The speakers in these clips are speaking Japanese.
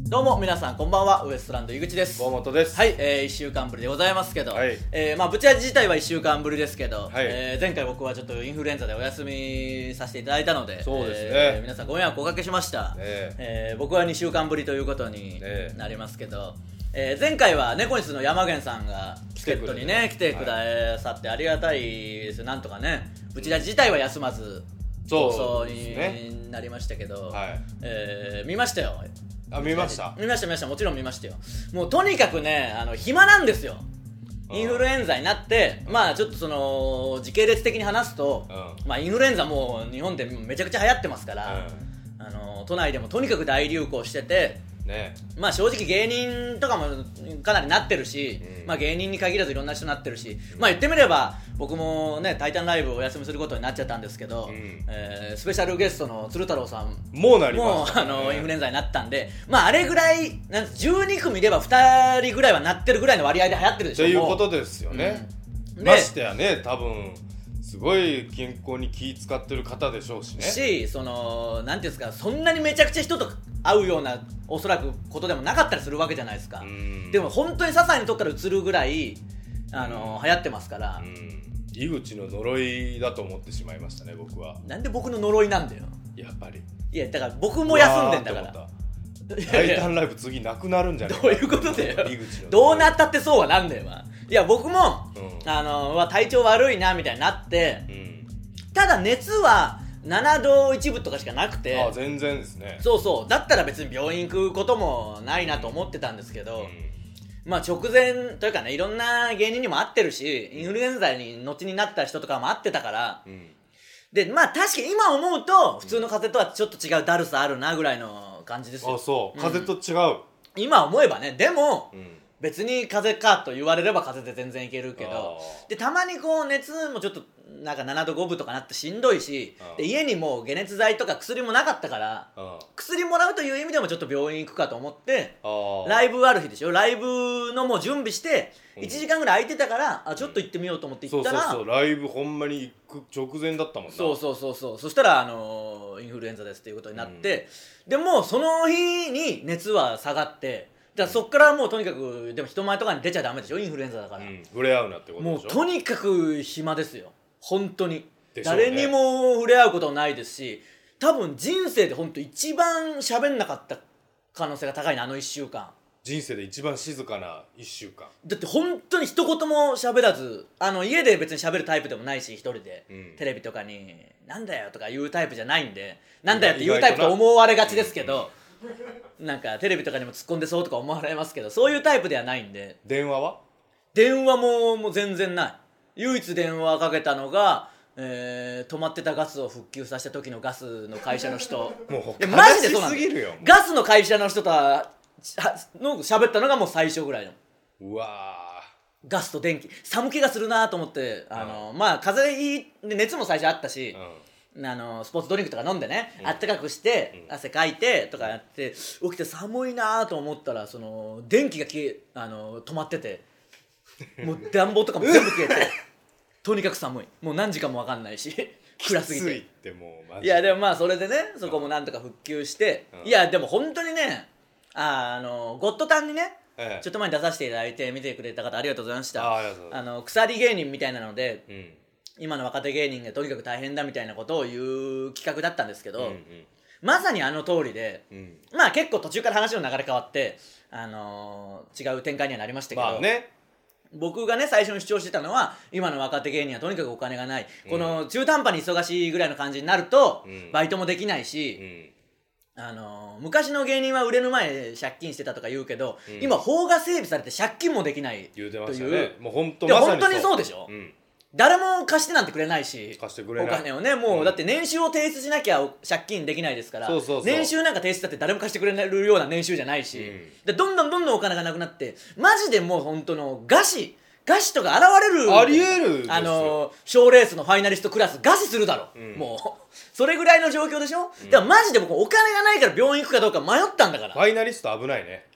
どうも皆さんこんばんは、ウエストランド井口です。 大本です。 はい、1週間ぶりでございますけど、 はい、 ブチラジ自体は1週間ぶりですけど、 はい、 前回僕はちょっとインフルエンザでお休みさせていただいたので、 そうですね、 皆さんご迷惑おかけしました、僕は2週間ぶりということになりますけど、前回は猫ニスの山源さんが助っ人にね来てくださってありがたいですよ。なんとかねブチラジ自体は休まず放送になりましたけど、見ましたよ。 見ました。 もちろん見ましたよ。もうとにかくね暇なんですよ。インフルエンザになって、ちょっとその時系列的に話すと、インフルエンザもう日本でめちゃくちゃ流行ってますから、都内でもとにかく大流行してて、正直芸人とかもかなりなってるし、芸人に限らずいろんな人になってるし、言ってみれば僕もねタイタンライブをお休みすることになっちゃったんですけど、スペシャルゲストの鶴太郎さんもうなりました、 インフルエンザになったんで、あれぐらい12組いれば2人ぐらいはなってるぐらいの割合で流行ってるでしょっていうことですよね、ましてやね多分すごい健康に気使ってる方でしょうしね。 そのなんていうんですか、そんなにめちゃくちゃ人と会うようなおそらくことでもなかったりするわけじゃないですか。でも本当に些細なとこから移るぐらい流行ってますから。 井口の呪いだと思ってしまいましたね、僕は。 なんで僕の呪いなんだよ。 やっぱりいやだから僕も休んでんだから。 タイタンライブ次なくなるんじゃないか。 どういうことだよ。どうなったってそうはなんだよ。いや僕も、体調悪いなみたいになって、ただ熱は7度1分とかしかなくて、 全然ですね。 そうだったら別に病院行くこともないなと思ってたんですけど、直前というかねいろんな芸人にも会ってるし、インフルエンザに後になった人とかも会ってたから、で確かに今思うと普通の風邪とはちょっと違うだるさあるなぐらいの感じですよ。 風邪と違う、 今思えばね。でも、別に風邪かと言われれば風邪で全然いけるけど、でたまにこう熱もちょっとなんか7度5分とかなってしんどいし、で家にもう解熱剤とか薬もなかったから、薬もらうという意味でもちょっと病院行くかと思って、ライブある日でしょ、ライブのもう準備して1時間ぐらい空いてたからちょっと行ってみようと思って行ったら、 ライブほんまに行く直前だったもんな。 そうそしたらインフルエンザですっていうことになって、でもうその日に熱は下がって、だからそっからもうとにかくでも人前とかに出ちゃダメでしょ、インフルエンザだから、 触れ合うなってことでしょ。 もうとにかく暇ですよ本当に、誰にも触れ合うことないですし、多分人生で本当一番喋んなかった可能性が高いな、1週間。 人生で一番静かな1週間だって本当に一言も喋らず、家で別に喋るタイプでもないし、一人で、テレビとかになんだよとか言うタイプじゃないんで、なんだよって言うタイプと思われがちですけど、なんかテレビとかにも突っ込んでそうとか思われますけど、そういうタイプではないんで。 電話はもう全然ない。唯一電話かけたのが、止まってたガスを復旧させた時のガスの会社の人もうマジでそうなんだ。 悲しすぎるよ。 ガスの会社の人と喋ったのがもう最初ぐらいの。 うわガスと電気寒気がするなと思って、風邪ひいて熱も最初あったし、スポーツドリンクとか飲んでね、あったかくして、汗かいてとかやって起きて寒いなと思ったら、その電気が止まってて、もう暖房とかも全部消えてとにかく寒い、もう何時間も分かんないし暗すぎて。 きついってもうマジで。 いやでもそれでね、そこもなんとか復旧して、いやでも本当にね、ゴッドタンにね、ちょっと前に出させていただいて見てくれた方ありがとうございました。鎖芸人みたいなので、今の若手芸人がとにかく大変だみたいなことを言う企画だったんですけど、まさにあの通りで、結構途中から話の流れ変わって、違う展開にはなりましたけど、僕がね最初に主張してたのは、今の若手芸人はとにかくお金がない、この中途半端に忙しいぐらいの感じになると、バイトもできないし、昔の芸人は売れる前借金してたとか言うけど、今法が整備されて借金もできないという。 言うてましたね。もう本当にそうでしょ、誰も貸してなんてくれないし、 貸してくれない、 お金をね、もうだって年収を提出しなきゃ借金できないですから、年収なんか提出だって誰も貸してくれるような年収じゃないし、でどんどんお金がなくなって、マジでもう本当の餓死とか現れる、 ありえるですよ。賞レースのファイナリストクラス餓死するだろ、もうそれぐらいの状況でしょ、だからマジで僕お金がないから病院行くかどうか迷ったんだから。 ファイナリスト危ないね。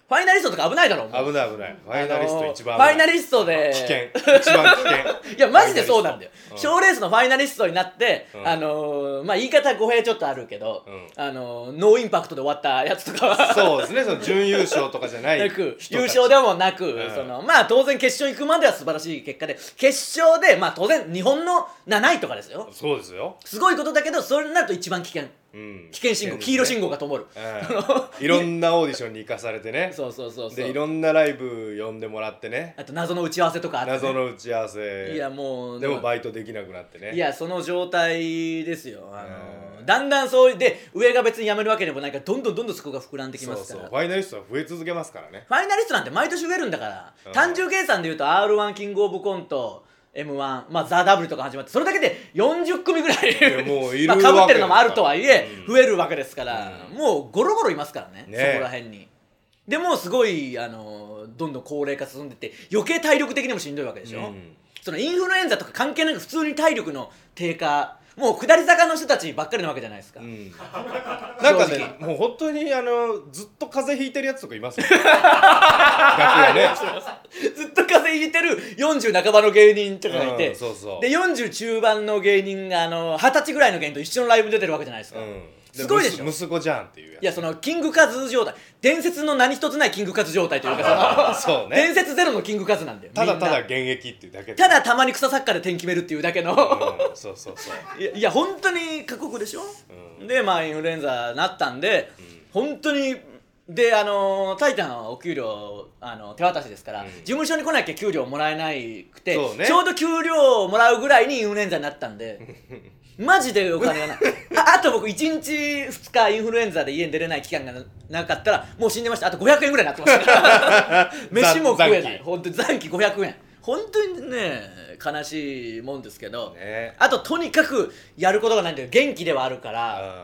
ファイナリストとか危ないだろ。 危ないファイナリスト一番危ない。ファイナリストで危険一番危険いやマジでそうなんだよ。賞レースのファイナリストになって、まあ言い方語弊ちょっとあるけど、ノーインパクトで終わったやつとかはそうですね、その準優勝とかじゃないなく優勝でもなく、まあ当然決勝行くまでは素晴らしい結果で、決勝でまあ当然日本の7位とかですよ。 そうですよ。 すごいことだけど、それになると一番危険。危険信号、黄色信号が灯る。 いろんなオーディションに行かされてね。 そうでいろんなライブ呼んでもらってね。 あと謎の打ち合わせとかあって、 謎の打ち合わせ。 いやもうでもバイトできなくなってね。 いやその状態ですよ。だんだんそうで上が別に辞めるわけでもないから、どんどんそこが膨らんできますから。 ファイナリストは増え続けますからね。 ファイナリストなんて毎年増えるんだから、単純計算でいうと R1 キングオブコント、M1、まあザ・ W とか始まって、それだけで40組ぐらいもういるまあ被ってるのもあるとはいえ、増えるわけですから、もうゴロゴロいますからね、そこら辺に。でもすごいどんどん高齢化進んでって余計体力的にもしんどいわけでしょ。そのインフルエンザとか関係なく普通に体力の低下、もう下り坂の人たちばっかりなわけじゃないですか。 なんかね、もう本当にずっと風邪ひいてるやつとかいますよ。楽屋ね。 ずっと風邪ひいてる40半ばの芸人とかがいて、で40中盤の芸人が20歳ぐらいの芸人と一緒のライブに出てるわけじゃないですか。すごいでしょ。 息子じゃんっていうやつ。 いやそのキングカズ状態、伝説の何一つないキングカズ状態というか、 そうね、 伝説ゼロのキングカズなんだよ。 ただただ現役っていうだけで、 ただたまに草サッカーで点決めるっていうだけのそういや本当に過酷でしょ。でまあインフルエンザなったんで、本当にでタイタンはお給料手渡しですから、事務所に来なきゃ給料もらえなくて、ちょうど給料をもらうぐらいにインフルエンザになったんでマジでお金がない。あと僕1日2日インフルエンザで家に出れない期間がなかったらもう死んでました。あと500円ぐらいになってました飯も食えない。本当に残機500円。本当にね悲しいもんですけど、あととにかくやることがないんだよ。元気ではあるから、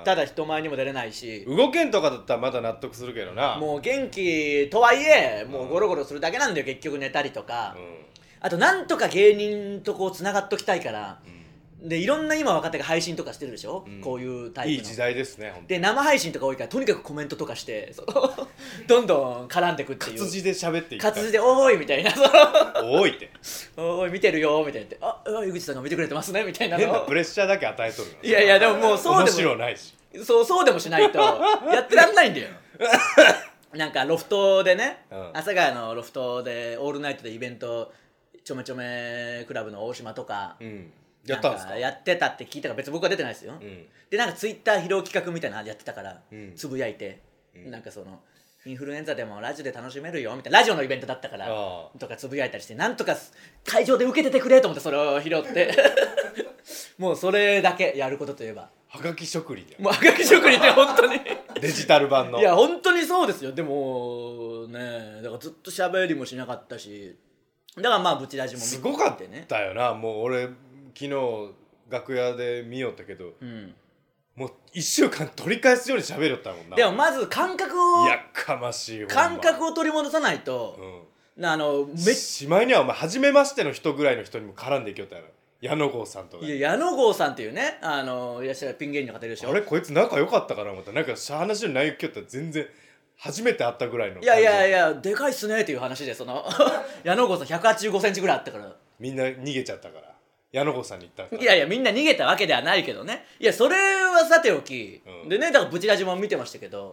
ただ人前にも出れないし、 動けんとかだったらまだ納得するけどな。 もう元気とはいえもうゴロゴロするだけなんだよ結局、寝たりとか。あとなんとか芸人とこうつながっときたいから、でいろんな今若手が配信とかしてるでしょ、こういうタイプの。 いい時代ですね。 で生配信とか多いから、とにかくコメントとかしてどんどん絡んでくっていう。 活字で喋っていく。 活字で「おーい」みたいなおーいって 「おーい見てるよ」みたいなって「あ井口さんが見てくれてますね」みたいなの。 変なプレッシャーだけ与えとるの。 いやいやでももうそうでも面白ないし、 そうでもしないとやってらんないんだよなんかロフトでね、阿佐ヶ谷のロフトでオールナイトでイベント、ちょめちょめクラブの大島とか、 やったんですか。 やってたって聞いたから、別に僕は出てないですよ。でなんかツイッター披露企画みたいなのやってたから、つぶやいて、なんかそのインフルエンザでもラジオで楽しめるよみたいな、ラジオのイベントだったからとかつぶやいたりして、なんとか会場で受けててくれと思ってそれを拾ってもうそれだけやることといえばはがき職人。 もうはがき職人って本当にデジタル版の。 いや本当にそうですよ。でもね、だからずっと喋りもしなかったし、だからまあブチラジも見てね。 すごかったよな。もう俺昨日楽屋で見よったけど、もう1週間取り返すように喋りよったもんな。 でもまず感覚を、 やかましい感覚を取り戻さないと、 しまいにはお前初めましての人ぐらいの人にも絡んでいきよったやろ。矢野郷さんとか。 いや矢野郷さんっていうね、いらっしゃるピン芸人の方いるでしょ。 あれこいつ仲良かったかな思ったら、なんか話の内容聞きよったら全然初めて会ったぐらいの。 いやでかいっすねっていう話で、その矢野郷さん185センチぐらいあったから、みんな逃げちゃったから矢野郷さんに行ったから。 いやみんな逃げたわけではないけどね。いやそれはさておき、でね、だからブチラジも見てましたけど、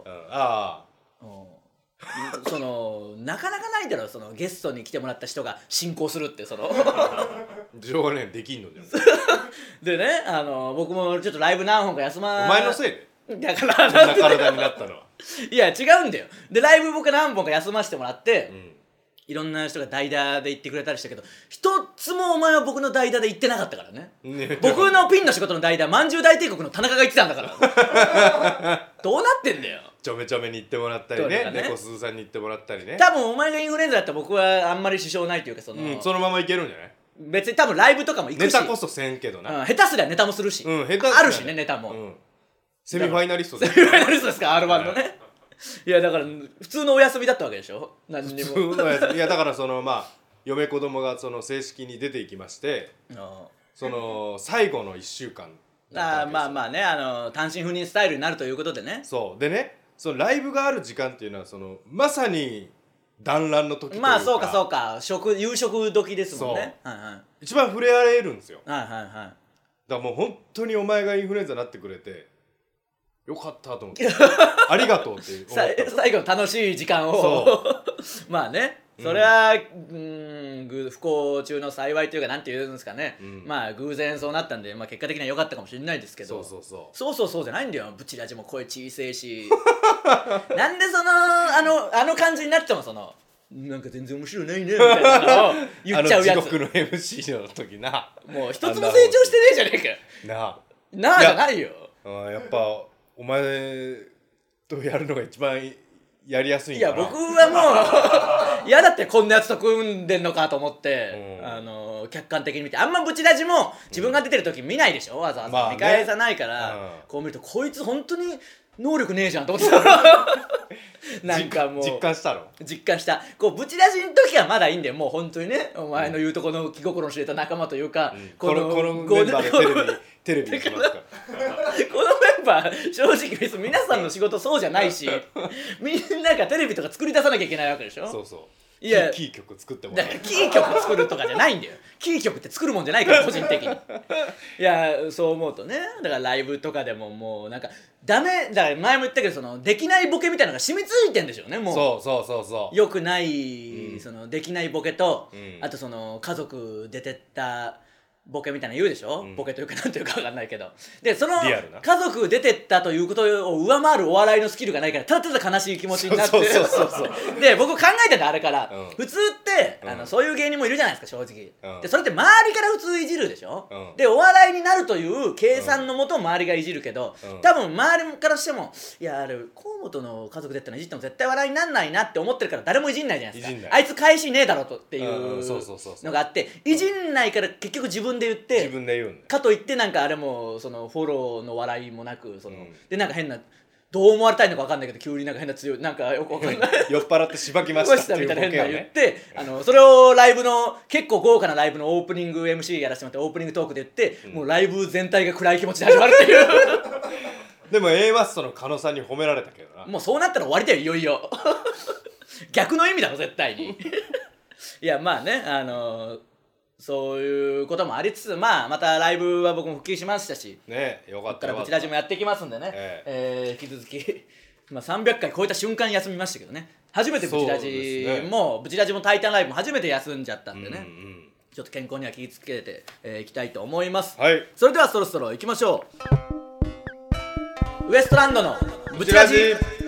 そのなかなかないだろ、そのゲストに来てもらった人が進行するってその常連できんのじゃんでね、僕もちょっとライブ何本か休まお前のせいでだからそんな体になったのは。 いや違うんだよ。でライブ僕何本か休ませてもらって、いろんな人が代打で行ってくれたりしたけど、一つもお前は僕の代打で行ってなかったからね。僕のピンの仕事の代打、まんじゅう大帝国の田中が言ってたんだからどうなってんだよ。 ちょめちょめに行ってもらったりね、猫鈴さんに行ってもらったりね。 多分お前がインフルエンザだったら僕はあんまり支障ないというか、その、 そのままいけるんじゃない。 別に多分ライブとかも行くし、 ネタこそせんけどな、 下手すりゃネタもするし、あるしね、ネタも、セミファイナリストですか R1 のね。いやだから普通のお休みだったわけでしょ、何にも。 普通のお休み。いやだからそのまあ嫁子供がその正式に出ていきまして、その最後の1週間まあね、単身赴任スタイルになるということでね。 そうでね、そのライブがある時間っていうのはそのまさに団らんの時というか、 まあそうかそうか、夕食時ですもんね。はいはい、 一番触れ合えるんですよ。 はいはいはい。 だからもう本当にお前がインフルエンザになってくれてよかったと思ってありがとうって思った最後の楽しい時間をまあね、それは、不幸中の幸いというか、なんて言うんですかね、まあ偶然そうなったんで、まあ、結果的には良かったかもしれないですけど、そうじゃないんだよ。ブチラジも声小せえしなんであの感じになってもなんか全然面白いないねみたいなのを言っちゃうやつ。 地獄の MC の時な、 もう一つも成長してねえじゃねえかなあじゃないよ。 やっぱお前とやるのが一番やりやすいんかな。 いや僕はもう嫌だって、こんなやつと組んでんのかと思って、客観的に見て、あんまブチラジも自分が出てる時見ないでしょ、わざわざ見返さないから、こう見るとこいつ本当に能力ねえじゃんと思ってたなんかもう実感したの？ 実感した。こうブチラジの時はまだいいんだよ。もう本当にね、お前の言うとこの気心の知れた仲間というか、 このメンバーでテレビ行きますからこのメンバー正直別に皆さんの仕事そうじゃないしみんながテレビとか作り出さなきゃいけないわけでしょ。 そうそう、 いやキー曲作ってもらう。 だからキー曲作るとかじゃないんだよ。キー曲って作るもんじゃないから個人的にいやそう思うとね、だからライブとかでももうなんかダメだから、前も言ったけどできないボケみたいなのが染みついてんでしょうね。もうそうよくない、できないボケと、あと家族出てったボケみたいなの言うでしょ、ボケというかなんていうか分かんないけど、で家族出てったということを上回るお笑いのスキルがないから、ただただ悲しい気持ちになってで僕考えてたあれから、普通ってそういう芸人もいるじゃないですか正直、でそれって周りから普通いじるでしょ、でお笑いになるという計算のもと周りがいじるけど、多分周りからしても、いやあれ河本の家族でってのいじっても絶対笑いになんないなって思ってるから誰もいじんないじゃないですか。あいつ返しねえだろとっていうのがあって、いじんないから結局自分で言って自分で言うんだかといって、なんかあれもフォローの笑いもなくでなんか変な、どう思われたいのか分かんないけど急になんか変な強いなんかよく分かんない酔っ払ってしばきましたっていうボケをねみたいな変な言って、それをライブの結構豪華なライブのオープニング MC やらせてもらってオープニングトークで言って、もうライブ全体が暗い気持ちで始まるっていうでも A マストの狩野さんに褒められたけどな。 もうそうなったら終わりだよいよいよ逆の意味だろ絶対にいやまあね、そういうこともありつつ、またライブは僕も復帰しましたしね、よかった。 ここからブチラジもやっていきますんでね、引き続き300回超えた瞬間休みましたけどね、初めてブチラジも、ブチラジもタイタンライブも初めて休んじゃったんでね、ちょっと健康には気をつけていきたいと思います。それではそろそろ行きましょう。ウエストランドのブチラジ。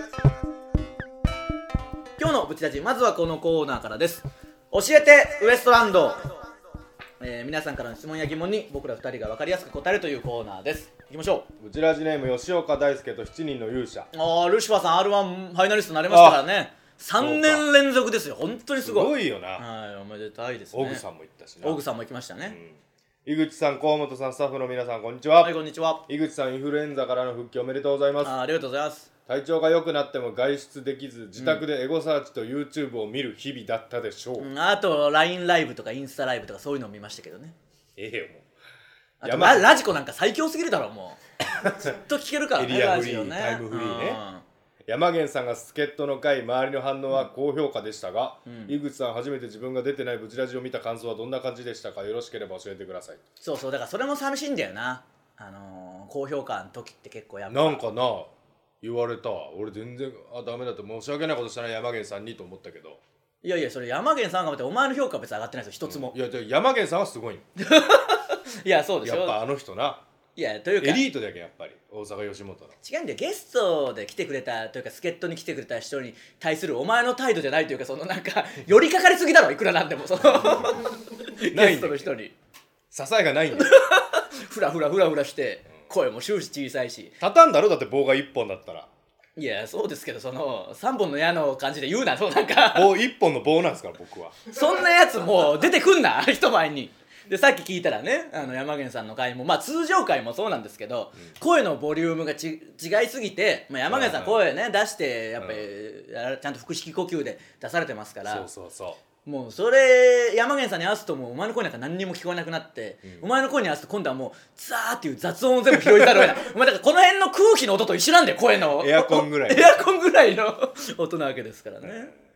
今日のブチラジ、まずはこのコーナーからです。教えてウエストランド。皆さんからの質問や疑問に僕ら2人が分かりやすく答えるというコーナーです。いきましょう。 ブチラジネーム吉岡大輔と7人の勇者。 ルシファーさん R1 ファイナリストになりましたからね。3年連続ですよ。本当にすごい。 すごいよな。 はい、おめでたいですね。 オグさんも行ったしな。 オグさんも行きましたね。 井口さん、河本さん、スタッフの皆さん、こんにちは。 はい、こんにちは。 井口さん、インフルエンザからの復帰おめでとうございます。 ありがとうございます。 体調が良くなっても外出できず、自宅でエゴサーチと YouTube を見る日々だったでしょう。 あと LINE ライブとかインスタライブとかそういうのを見ましたけどね。 ええよもう。 あとラジコなんか最強すぎるだろもう。ずっと聞けるからね。 エリアフリー、タイムフリーね。山源さんが助っ人の回、周りの反応は高評価でしたが、井口さん初めて自分が出てないブチラジを見た感想はどんな感じでしたか。よろしければ教えてください。 そうそう、だからそれも寂しいんだよな。高評価の時って結構やっぱなんかな言われた。俺全然ダメだって申し訳ないことしたな山源さんにと思ったけど。 いやいや、それ山源さんがお前の評価は別に上がってないですよ一つも。 いや山源さんはすごいいやそうでしょ。 やっぱあの人な。 いやというかエリートだけやっぱり大阪吉本の違うんだよ。ゲストで来てくれたというか助っ人に来てくれた人に対するお前の態度じゃないというか、なんか寄りかかりすぎだろいくらなんでもゲストの人に支えがないんだよふらふらして声も終始小さいし畳んだろ。だって棒が1本だったら。 いやそうですけど3本の矢の感じで言うな。なんか棒1本の棒なんですから僕は。 そんなやつもう出てくんな人前に。でさっき聞いたらね、山源さんの回も通常回もそうなんですけど、声のボリュームが違いすぎて、山源さん声ね出してやっぱりちゃんと腹式呼吸で出されてますから、もうそれ山源さんに合わすともうお前の声なんか何にも聞こえなくなって、お前の声に合わすと今度はもうザーっていう雑音を全部拾いざるを得ないお前だからこの辺の空気の音と一緒なんだよ声のエアコンぐらいエアコンぐらいの音なわけですからね。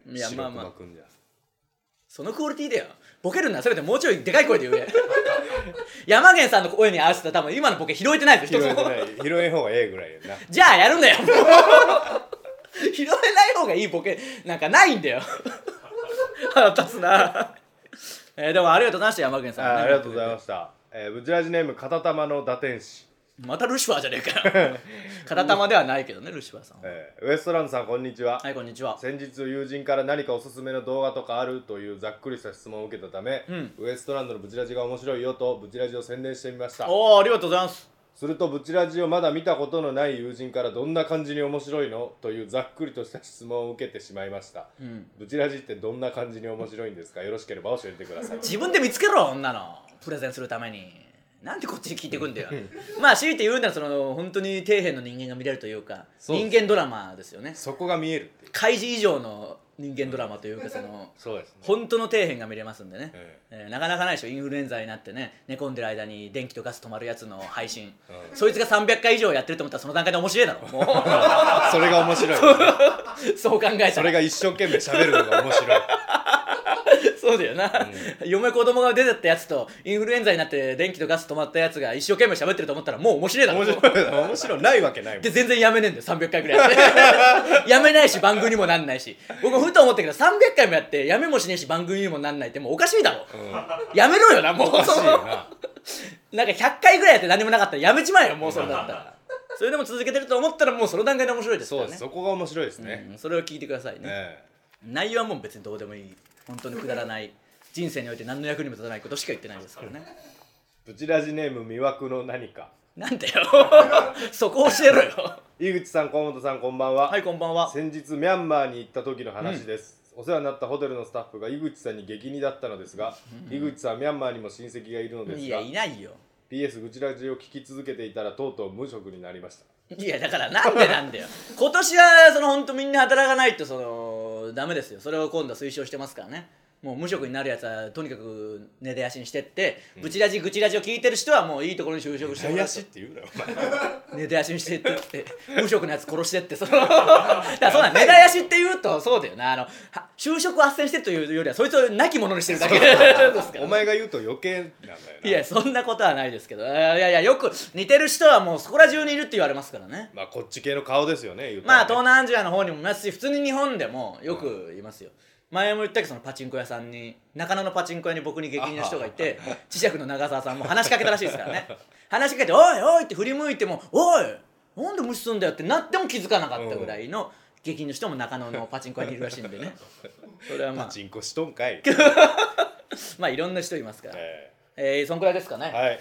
いやまあまあ白熊くんじゃそのクオリティだよ。ボケるならせめてもうちょいでかい声で言え山源さんの声に合わせたら多分今のボケ拾えてないですよ。 拾えてない拾えん方がええぐらいやな。 じゃあやるんだよ拾えない方がいいボケなんかないんだよ腹立つなでもありがとうございました山源さん、ね、 ありがとうございました。ブチラジネーム片玉の打天使。 またルシファーじゃねえかよ片玉ではないけどねルシファーさん、 ウエストランドさんこんにちは。 はいこんにちは。 先日友人から何かおすすめの動画とかあるというざっくりした質問を受けたため、ウエストランドのブチラジが面白いよとブチラジを宣伝してみました。 おーありがとうございます。 するとブチラジをまだ見たことのない友人からどんな感じに面白いのというざっくりとした質問を受けてしまいました、ブチラジってどんな感じに面白いんですか。よろしければ教えてください。 自分で見つけろ女のプレゼンするためになんでこっちに聞いてくんだよまあ強いて言うならその本当に底辺の人間が見れるというか人間ドラマですよね。 そこが見えるっていう開示以上の人間ドラマというかそうですね、 本当の底辺が見れますんでね、なかなかないでしょ。インフルエンザになってね寝込んでる間に電気とガス止まるやつの配信、そいつが300回以上やってると思ったらその段階で面白いだろもうそれが面白いそう考えたらそれが一生懸命喋るのが面白いそうだよな、嫁子供が出てったやつとインフルエンザになって電気とガス止まったやつが一生懸命喋ってると思ったらもう面白いだろ。 面白いないわけないもん。 で全然やめねえんだよ300回ぐらいやってやめないし番組にもなんないし僕ふと思ったけど300回もやってやめもしねえし番組にもなんないってもうおかしいだろ、やめろよなもう。 おかしいよななんか100回ぐらいやって何もなかったらやめちまえよもうそれだったらそれでも続けてると思ったらもうその段階で面白いですからね。 そうです、そこが面白いですね、 それを聞いてくださいね、内容はもう別にどうでもいい本当にくだらない人生において何の役にも立たないことしか言ってないですからねブチラジネーム魅惑の何か。 なんだよそこ教えろよ井口さん河本さんこんばんは。 はいこんばんは。 先日ミャンマーに行った時の話です、お世話になったホテルのスタッフが井口さんに激似だったのですが、井口さんはミャンマーにも親戚がいるのですが、 いやいないよ。 PS ブチラジを聞き続けていたらとうとう無職になりました。 いやだからなんでなんだよ今年はその本当みんな働かないとそのダメですよ。それを今度は推奨してますからね。もう無職になるやつはとにかく根絶やしにしてって、ブチラジグチラジを聞いてる人はもういいところに就職してもらうと。 根絶やしって言うなよお前根絶やしにしてってって無職のやつ殺してってそのだからそうだ根絶やしって言うとそうだよな。就職斡旋してというよりはそいつを亡き者にしてるだけですからお前が言うと余計なんだよな。 いやそんなことはないですけど、いやよく似てる人はもうそこら中にいるって言われますからね。 まあこっち系の顔ですよね、言うたまあらね。 東南アジアの方にもいますし普通に日本でもよくいますよ。前も言ったけどそのパチンコ屋さんに中野のパチンコ屋に僕に激似な人がいて磁石の長澤さんも話しかけたらしいですからね話しかけて「おいおい」って振り向いても「おいなんで無視すんだよ」ってなっても気づかなかったぐらいの激似の人も中野のパチンコ屋にいるらしいんでねそれはまあパチンコしとんかいまあいろんな人いますから、そんくらいですかね。 はい、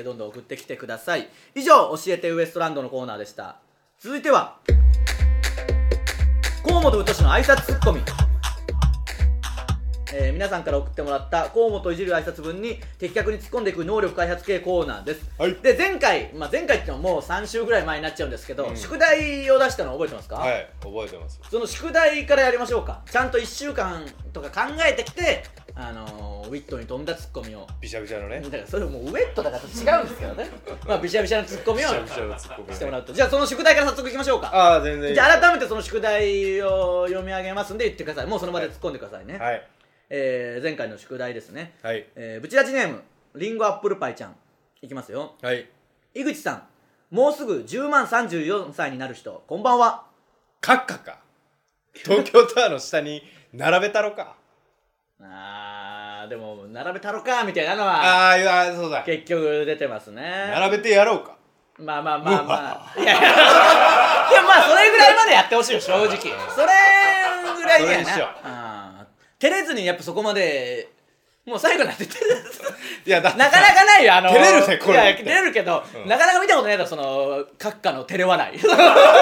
どんどん送ってきてください。以上教えてウエストランドのコーナーでした。続いては河本太の挨拶ツッコミ。皆さんから送ってもらった河本いじる挨拶文に的確に突っ込んでいく能力開発系コーナーです、 はい、 で前回っていうのはもう3週ぐらい前になっちゃうんですけど、宿題を出したの覚えてますか？ はい覚えてます。 その宿題からやりましょうか。ちゃんと1週間とか考えてきてウィットに飛んだツッコミをビシャビシャのね、 だからそれもうウェットだから違うんですけどねまあビシャビシャのツッコミをしてもらうと、じゃあその宿題から早速いきましょうか。 ああ全然いい。 じゃあ改めてその宿題を読み上げますんで言ってください。もうその場で突っ込んでくださいね。 はい、 前回の宿題ですね。 はい、 ブチラジネームリンゴアップルパイちゃんいきますよ。 はい、 井口さんもうすぐ10万34歳になる人こんばんは。 カッカか東京タワーの下に並べたろかでも並べたろかみたいなのはいやそうだ結局出てますね。 並べてやろうか。 まあいやいやでもまあそれぐらいまでやってほしいよ正直。それぐらいやな。照れずにやっぱそこまでもう最後なんていやだなかなかないよ照れるねこれ。 いや照れるけど、なかなか見たことないだろその閣下の照れ笑い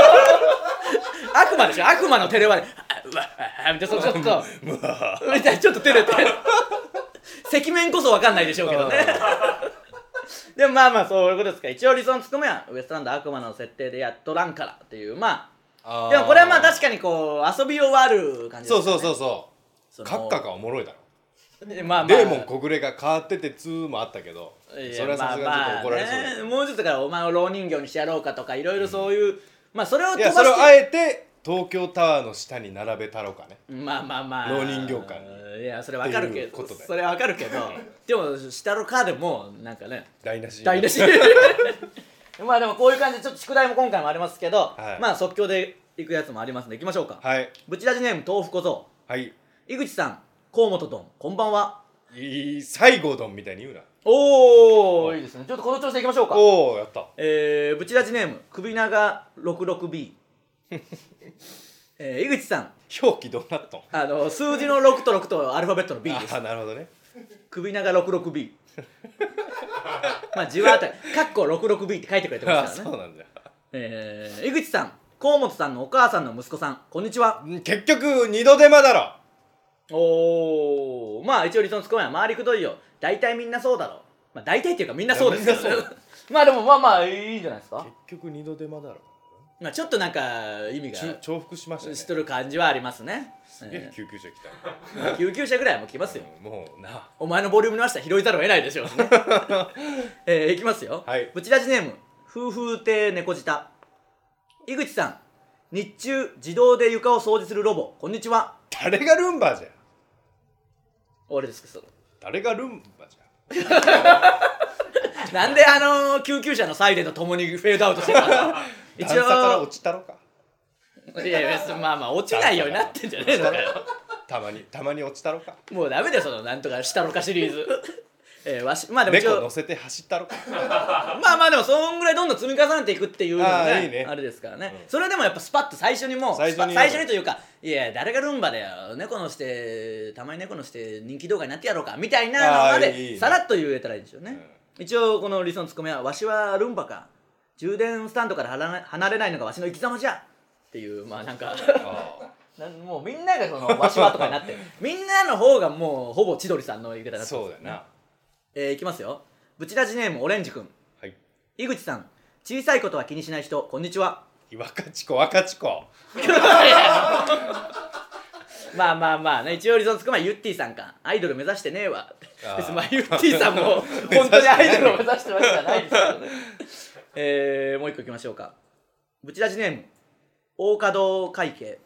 悪魔でしょ悪魔の照れ笑いうわみたいなちょっとみたいなちょっと照れて赤面こそ分かんないでしょうけどねでもまあそういうことですから一応理想のツッコミはウエストランド悪魔の設定でやっとらんからっていうまあでもこれはまあ確かにこう遊び終わる感じですね。 そう閣下がおもろいだろ。 デーモン小暮が変わってて2もあったけどそれはさすがにちょっと怒られそうだ、 もうちょっとからお前を蝋人形にしてやろうかとかいろいろそういう、まあそれを飛ばしてそれをあえて東京タワーの下に並べたろうかね。 まあ老人形館に。いやそれわかるけど、それわかるけどでも下のカーでもなんかね台無しまあでもこういう感じでちょっと宿題も今回もありますけど、 はい、 まあ即興でいくやつもありますんでいきましょうか。 はい。 ブチラジネーム豆腐小僧。 はい。 井口さん、河本どん、こんばんは。 西郷どんみたいに言うな。 おー、いいですね。ちょっとこの調子でいきましょうか。 おー、やった。 ブチラジネーム首長 66B 井口さん、 表記どうなっとん。 数字の6と6とアルファベットの B です。 あ、なるほどね。 首長 66B まあ字はあたりカッコ 66B って書いてくれてますからね。 そうなんだよ。 井口さん、河本さんのお母さんの息子さん、こんにちは。 結局二度手間だろ。 おー、まあ一応理想のツッコミは周りくどいよ、大体みんなそうだろ。まあ大体っていうかみんなそうですけどまあでもまあいいんじゃないですか。 結局二度手間だろ。 まあちょっとなんか意味が重複しましたね。 しとる感じはありますね。 すげえ救急車来た、 救急車ぐらいはもう来ますよ、 もうな。 お前のボリュームの下拾いざるを得ないでしょうねいきますよ、 はい、 ブチラジネーム夫婦亭猫舌。井口さん、日中自動で床を掃除するロボ、こんにちは。 誰がルンバじゃ。 俺ですけど誰がルンバじゃなんで救急車のサイレンとともにフェードアウトしてるの一応段差から落ちたろか。 いやまあ落ちないようになってんじゃねえのかよたまに落ちたろか。 もうダメだよそのなんとかしたろかシリーズまあでも猫乗せて走ったろかまあでもそんぐらいどんどん積み重ねていくっていうのがね、 いいね、 あれですからね、それでもやっぱスパッと最初にもう最初にというか、いや誰がルンバだよ、猫のしてたまに猫のして人気動画になってやろうかみたいなのまでさらっと言えたらいいでしょうね、一応この理想のツッコミは、わしはルンバか、充電スタンドから離れないのがわしの生き様じゃっていう、まあなんかもうみんながそのわしはとかになってみんなの方がもうほぼ千鳥さんの言い方になってそうだよな。 いきますよ。ブチラジネームオレンジくん。 はい。 井口さん、小さいことは気にしない人、こんにちは。 若ちこ若ちこまあね、一応理想のツッコミはユッティさんか、アイドル目指してねえわ別にまあユッティさんも本当にアイドルを目指してるわけじゃないですけどねもう一個いきましょうか。ブチラジネーム大門会計。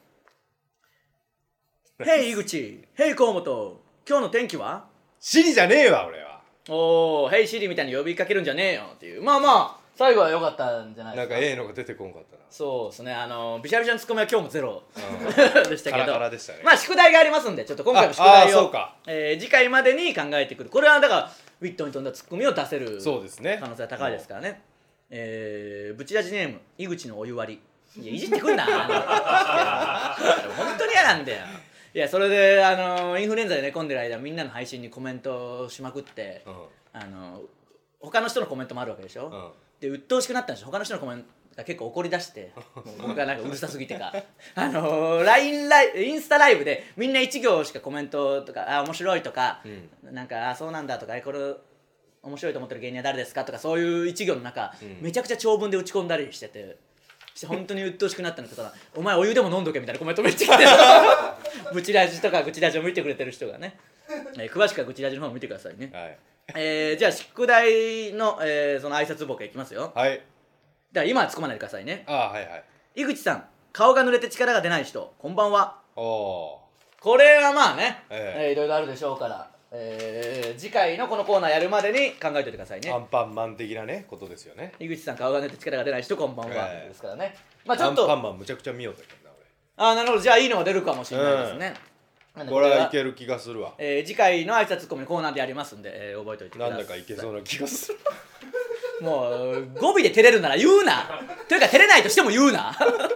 ヘイ井口、ヘイ河本、今日の天気は？ シリじゃねえわ俺は。 おー、ヘイシリみたいに呼びかけるんじゃねえよっていう、まあ最後は良かったんじゃないですか。 なんかのが出てこんかったな。 そうですね、ビシャビシャのツッコミは今日もゼロでしたけど、 カラカラでしたね。 まあ宿題がありますんで、ちょっと今回の宿題をか、 次回までに考えてくる。これはだからウィットに富んだツッコミを出せるそうですね、 可能性は高いですからね。ブチラジネーム井口のお湯割り。いやいじってくんな本当に嫌なんだよ。いやそれでインフルエンザで寝込んでる間みんなの配信にコメントしまくって、他の人のコメントもあるわけでしょ、で鬱陶しくなったんでしょ。他の人のコメントが結構怒り出してもう僕がなんかうるさすぎてかインスタライブでみんな1行しかコメントとか「あ面白い」とか、なんか「あそうなんだ」とか「これ面白いと思ってる芸人は誰ですか?」とかそういう1行の中、めちゃくちゃ長文で打ち込んだりしてて。本当に鬱陶しくなったのかさ、お前お湯でも飲んどけみたいなコメントめっちゃ来てブチラジとかグチラジを見てくれてる人がね、詳しくはグチラジの方を見てくださいね。はい、じゃあ宿題の、その挨拶ボケいきますよ。はい。だから今は突っ込まないでくださいね。 はいはい。 井口さん、顔が濡れて力が出ない人、こんばんは。 これはまあね、いろいろあるでしょうから、次回のこのコーナーやるまでに考えておいてくださいね。 アンパンマン的なねことですよね。 井口さん、顔が濡れて力が出ない人、こんばんは、ですからね。まあちょっとアンパンマンむちゃくちゃ見ようとけどな俺。なるほど、じゃあいいのが出るかもしれないですね。 これはいける気がするわ。 次回の挨拶ツッコミのコーナーでやりますんで、覚えておいてください。 なんだかいけそうな気がするもう語尾で照れるなら言うなというか照れないとしても言うな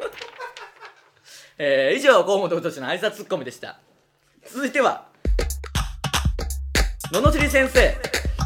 以上、河本太の挨拶ツッコミでした。続いてはののしり先生。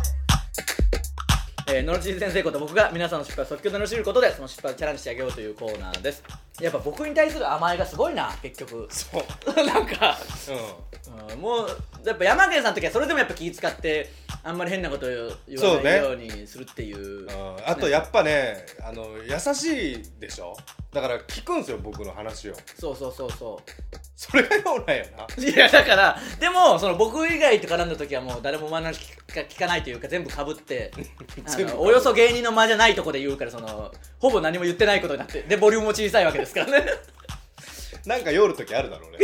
ののしり先生こと僕が皆さんの失敗を即興でのしることでその失敗をチャレンジしてあげようというコーナーです。やっぱ僕に対する甘えがすごいな結局。そうなんか、もうやっぱ山源さんの時はそれでもやっぱ気遣ってあんまり変なことを言わないようにするっていう、 あとやっぱね優しいでしょ。だから聞くんですよ僕の話を。そうそれがようなんやな。 いやだからでもその僕以外と絡んだ時はもう誰も真似聞かないというか全部かぶっておよそ芸人の間じゃないとこで言うから、そのほぼ何も言ってないことになって、でボリュームも小さいわけですからねなんか夜時あるだろうね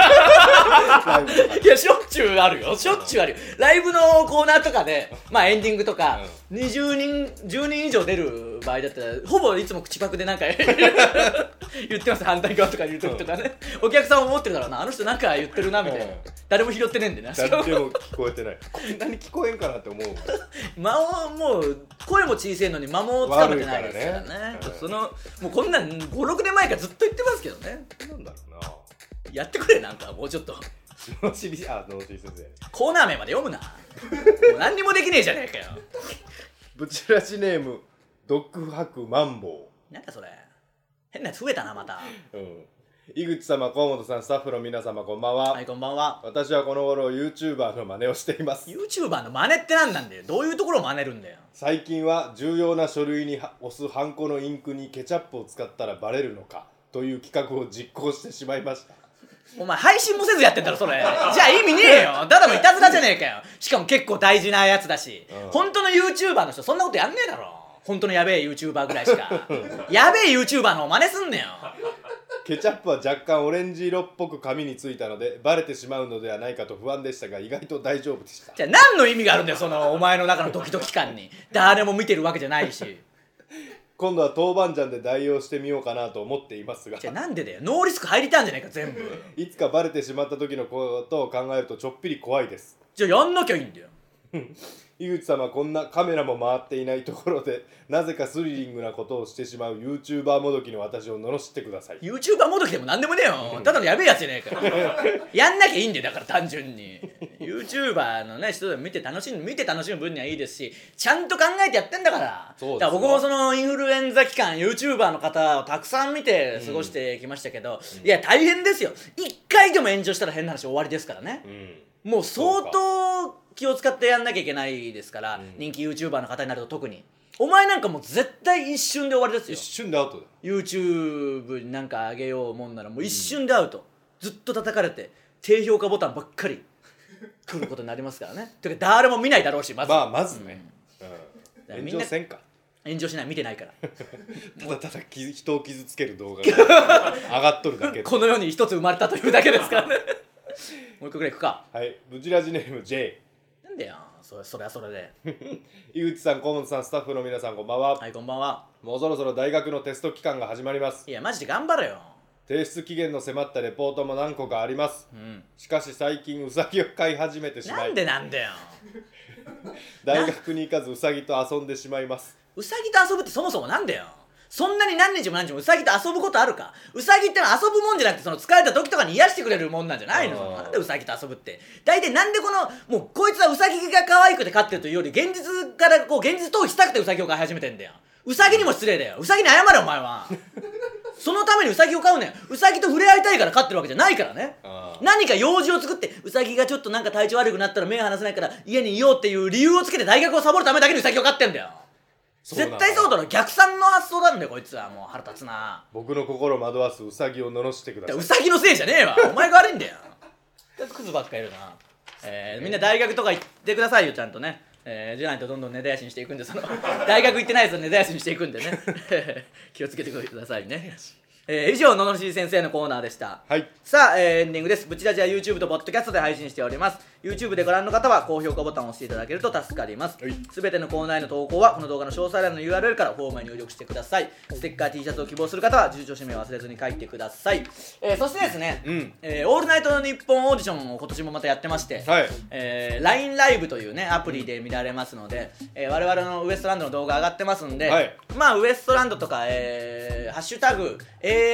いやしょっちゅうあるよライブのコーナーとかでまあエンディングとか、20人10人以上出る場合だったらほぼいつも口パクでなんか言ってます反対側とか言う時とかねお客さんも思ってるだろうなあの人なんか言ってるなみたいな、誰も拾ってねえんでな誰でも聞こえてないこんなに聞こえんかなって思う間をもう声も小さいのに間もつかめてないですからねそのもうこんなん 5,6 年前からずっと言ってますけどねなんだろうなやってくれなんかもうちょっと脳尻先生コーナー名まで読むなもう何にもできねえじゃねえかよブチラジネームドッグハクマンボウなんだそれ変なやつ増えたなまた井口様河本さんスタッフの皆様こんばんは。 はいこんばんは。 私はこの頃 YouTuber の真似をしています。 YouTuber の真似って何なんだよどういうところを真似るんだよ最近は重要な書類に押すハンコのインクにケチャップを使ったらバレるのかという企画を実行してしまいました。 お前配信もせずやってんだろそれじゃあ意味ねえよただのいたずらじゃねえかよしかも結構大事なやつだし、本当の YouTuber の人そんなことやんねえだろ本当のやべえ YouTuber ぐらいしかやべえ YouTuber の真似すんねよケチャップは若干オレンジ色っぽく紙についたのでバレてしまうのではないかと不安でしたが意外と大丈夫でした。 じゃあ何の意味があるんだよそのお前の中のドキドキ感に誰も見てるわけじゃないし今度は豆板醤で代用してみようかなと思っていますがじゃあなんでだよノーリスク入りたんじゃないか全部いつかバレてしまった時のことを考えるとちょっぴり怖いです。 じゃあやんなきゃいいんだよ井口様こんなカメラも回っていないところでなぜかスリリングなことをしてしまう YouTuber もどきの私を罵ってください。 YouTuber もどきでも何でもねえよただのやべえやつじゃねえかやんなきゃいいんだよだから単純に YouTuber のね人でも見て楽しむ分にはいいですしちゃんと考えてやってんだからだから僕もそのインフルエンザ期間 YouTuber の方をたくさん見て過ごしてきましたけど、いや大変ですよ一回でも炎上したら変な話終わりですからね、もう相当気を使ってやんなきゃいけないですから、人気 YouTuber の方になると特にお前なんかもう絶対一瞬で終わりですよ。 一瞬でアウトだ。 YouTube になんか上げようもんならもう一瞬でアウト、ずっと叩かれて低評価ボタンばっかり来ることになりますからねてか誰も見ないだろうしまずね、炎上せんか炎上しない見てないからただただ人を傷つける動画が上がっとるだけこの世に一つ生まれたというだけですからねもう一個ぐらいいくか。 はい、ブチラジネーム J。 なんだよそれはそれで井口さん河本さんスタッフの皆さんこんばんは。 はいこんばんは。 もうそろそろ大学のテスト期間が始まります。 いやマジで頑張れよ。 提出期限の迫ったレポートも何個かあります、しかし最近ウサギを飼い始めてしまいなんでなんだよ大学に行かずウサギと遊んでしまいます。 ウサギと遊ぶってそもそもなんだよ。そんなに何日も何日もウサギと遊ぶことあるか。ウサギってのは遊ぶもんじゃなくてその疲れた時とかに癒してくれるもんなんじゃないの。なんでウサギと遊ぶって大体なんでこのもうこいつはウサギが可愛くて飼ってるというより現実からこう現実逃避したくてウサギを飼い始めてんだよ。ウサギにも失礼だよ。ウサギに謝れお前はそのためにウサギを飼うねん。ウサギと触れ合いたいから飼ってるわけじゃないからね。何か用事を作ってウサギがちょっとなんか体調悪くなったら目離せないから家にいようっていう理由をつけて大学をサボるためだけにウサギを飼ってんだよ。絶対そうだろ。逆算の発想なんだよこいつは。もう腹立つな。 僕の心を惑わすウサギを罵ってください。 ウサギのせいじゃねえわお前が悪いんだよクズばっかいるな。みんな大学とか行ってくださいよちゃんとね。じゃないとどんどん根絶やしにしていくんでその大学行ってないやつを根絶やしにしていくんでね気をつけてくださいね。以上ののしり先生のコーナーでした。 はい、 さあ、エンディングです。ブチラジは YouTube と Podcast で配信しております。 YouTube でご覧の方は高評価ボタンを押していただけると助かります。すべてのコーナーへの投稿はこの動画の詳細欄の URL からフォームへ入力してください。ステッカー T シャツを希望する方は住所氏名を忘れずに書いてください。そしてですね、オールナイトニッポンオーディションを今年もまたやってまして、LINE ライブというねアプリで見られますので、我々のウエストランドの動画上がってますんで、まあウエストランドとか、ハッシュタグ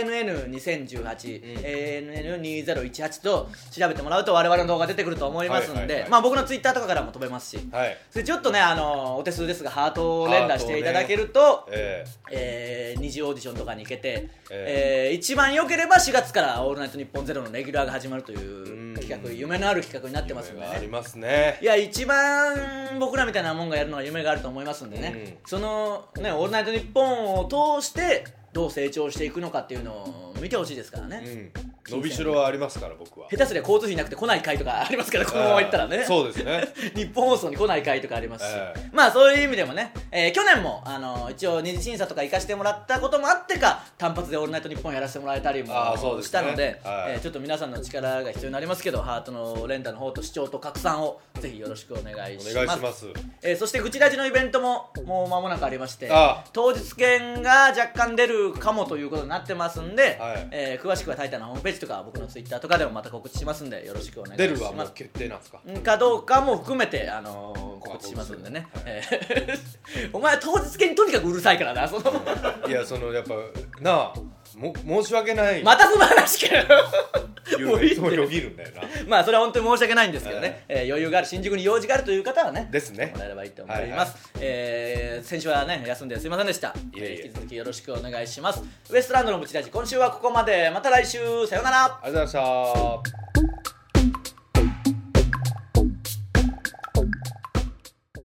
ANN2018、ANN2018 と調べてもらうと我々の動画出てくると思いますんで、まあ僕のツイッターとかからも飛べますし、それちょっとねお手数ですがハートを連打していただけると、二次オーディションとかに行けて、一番良ければ4月からオールナイトニッポンゼロのレギュラーが始まるという企画、夢のある企画になってますんでね。 ありますね。 いや一番僕らみたいなもんがやるのは夢があると思いますんでね、そのねオールナイトニッポンを通してどう成長していくのかっていうのを見てほしいですからね、 伸びしろはありますから僕は。 下手すりゃ交通費なくて来ない回とかありますから、このまま行ったらね。 そうですね。 日本放送に来ない回とかありますし、まあそういう意味でもね、去年も一応二次審査とか行かせてもらったこともあってか、単発でオールナイトニッポンやらせてもらえたりもしたので、ちょっと皆さんの力が必要になりますけど、ハートの連打の方と視聴と拡散をぜひよろしくお願いします。そして愚痴ラジのイベントももう間もなくありまして、当日券が若干出るかもということになってますんで、詳しくはタイタンのホームページとか僕のツイッターとかでもまた告知しますんでよろしくお願いします。 出るはもう決定なんですか？ かどうかも含めて告知しますんでね。お前当日券にとにかくうるさいからな。いややっぱなあ、申し訳ない。 またその話かよ。 もういつもよぎるんだよな。 まあそれは本当に申し訳ないんですけどね、余裕がある、新宿に用事があるという方はねですね、 もらえればいいと思います。先週はね休んですいませんでした。引き続きよろしくお願いします。ウエストランドのブチラジ、今週はここまで。また来週、さようなら。 ありがとうございました。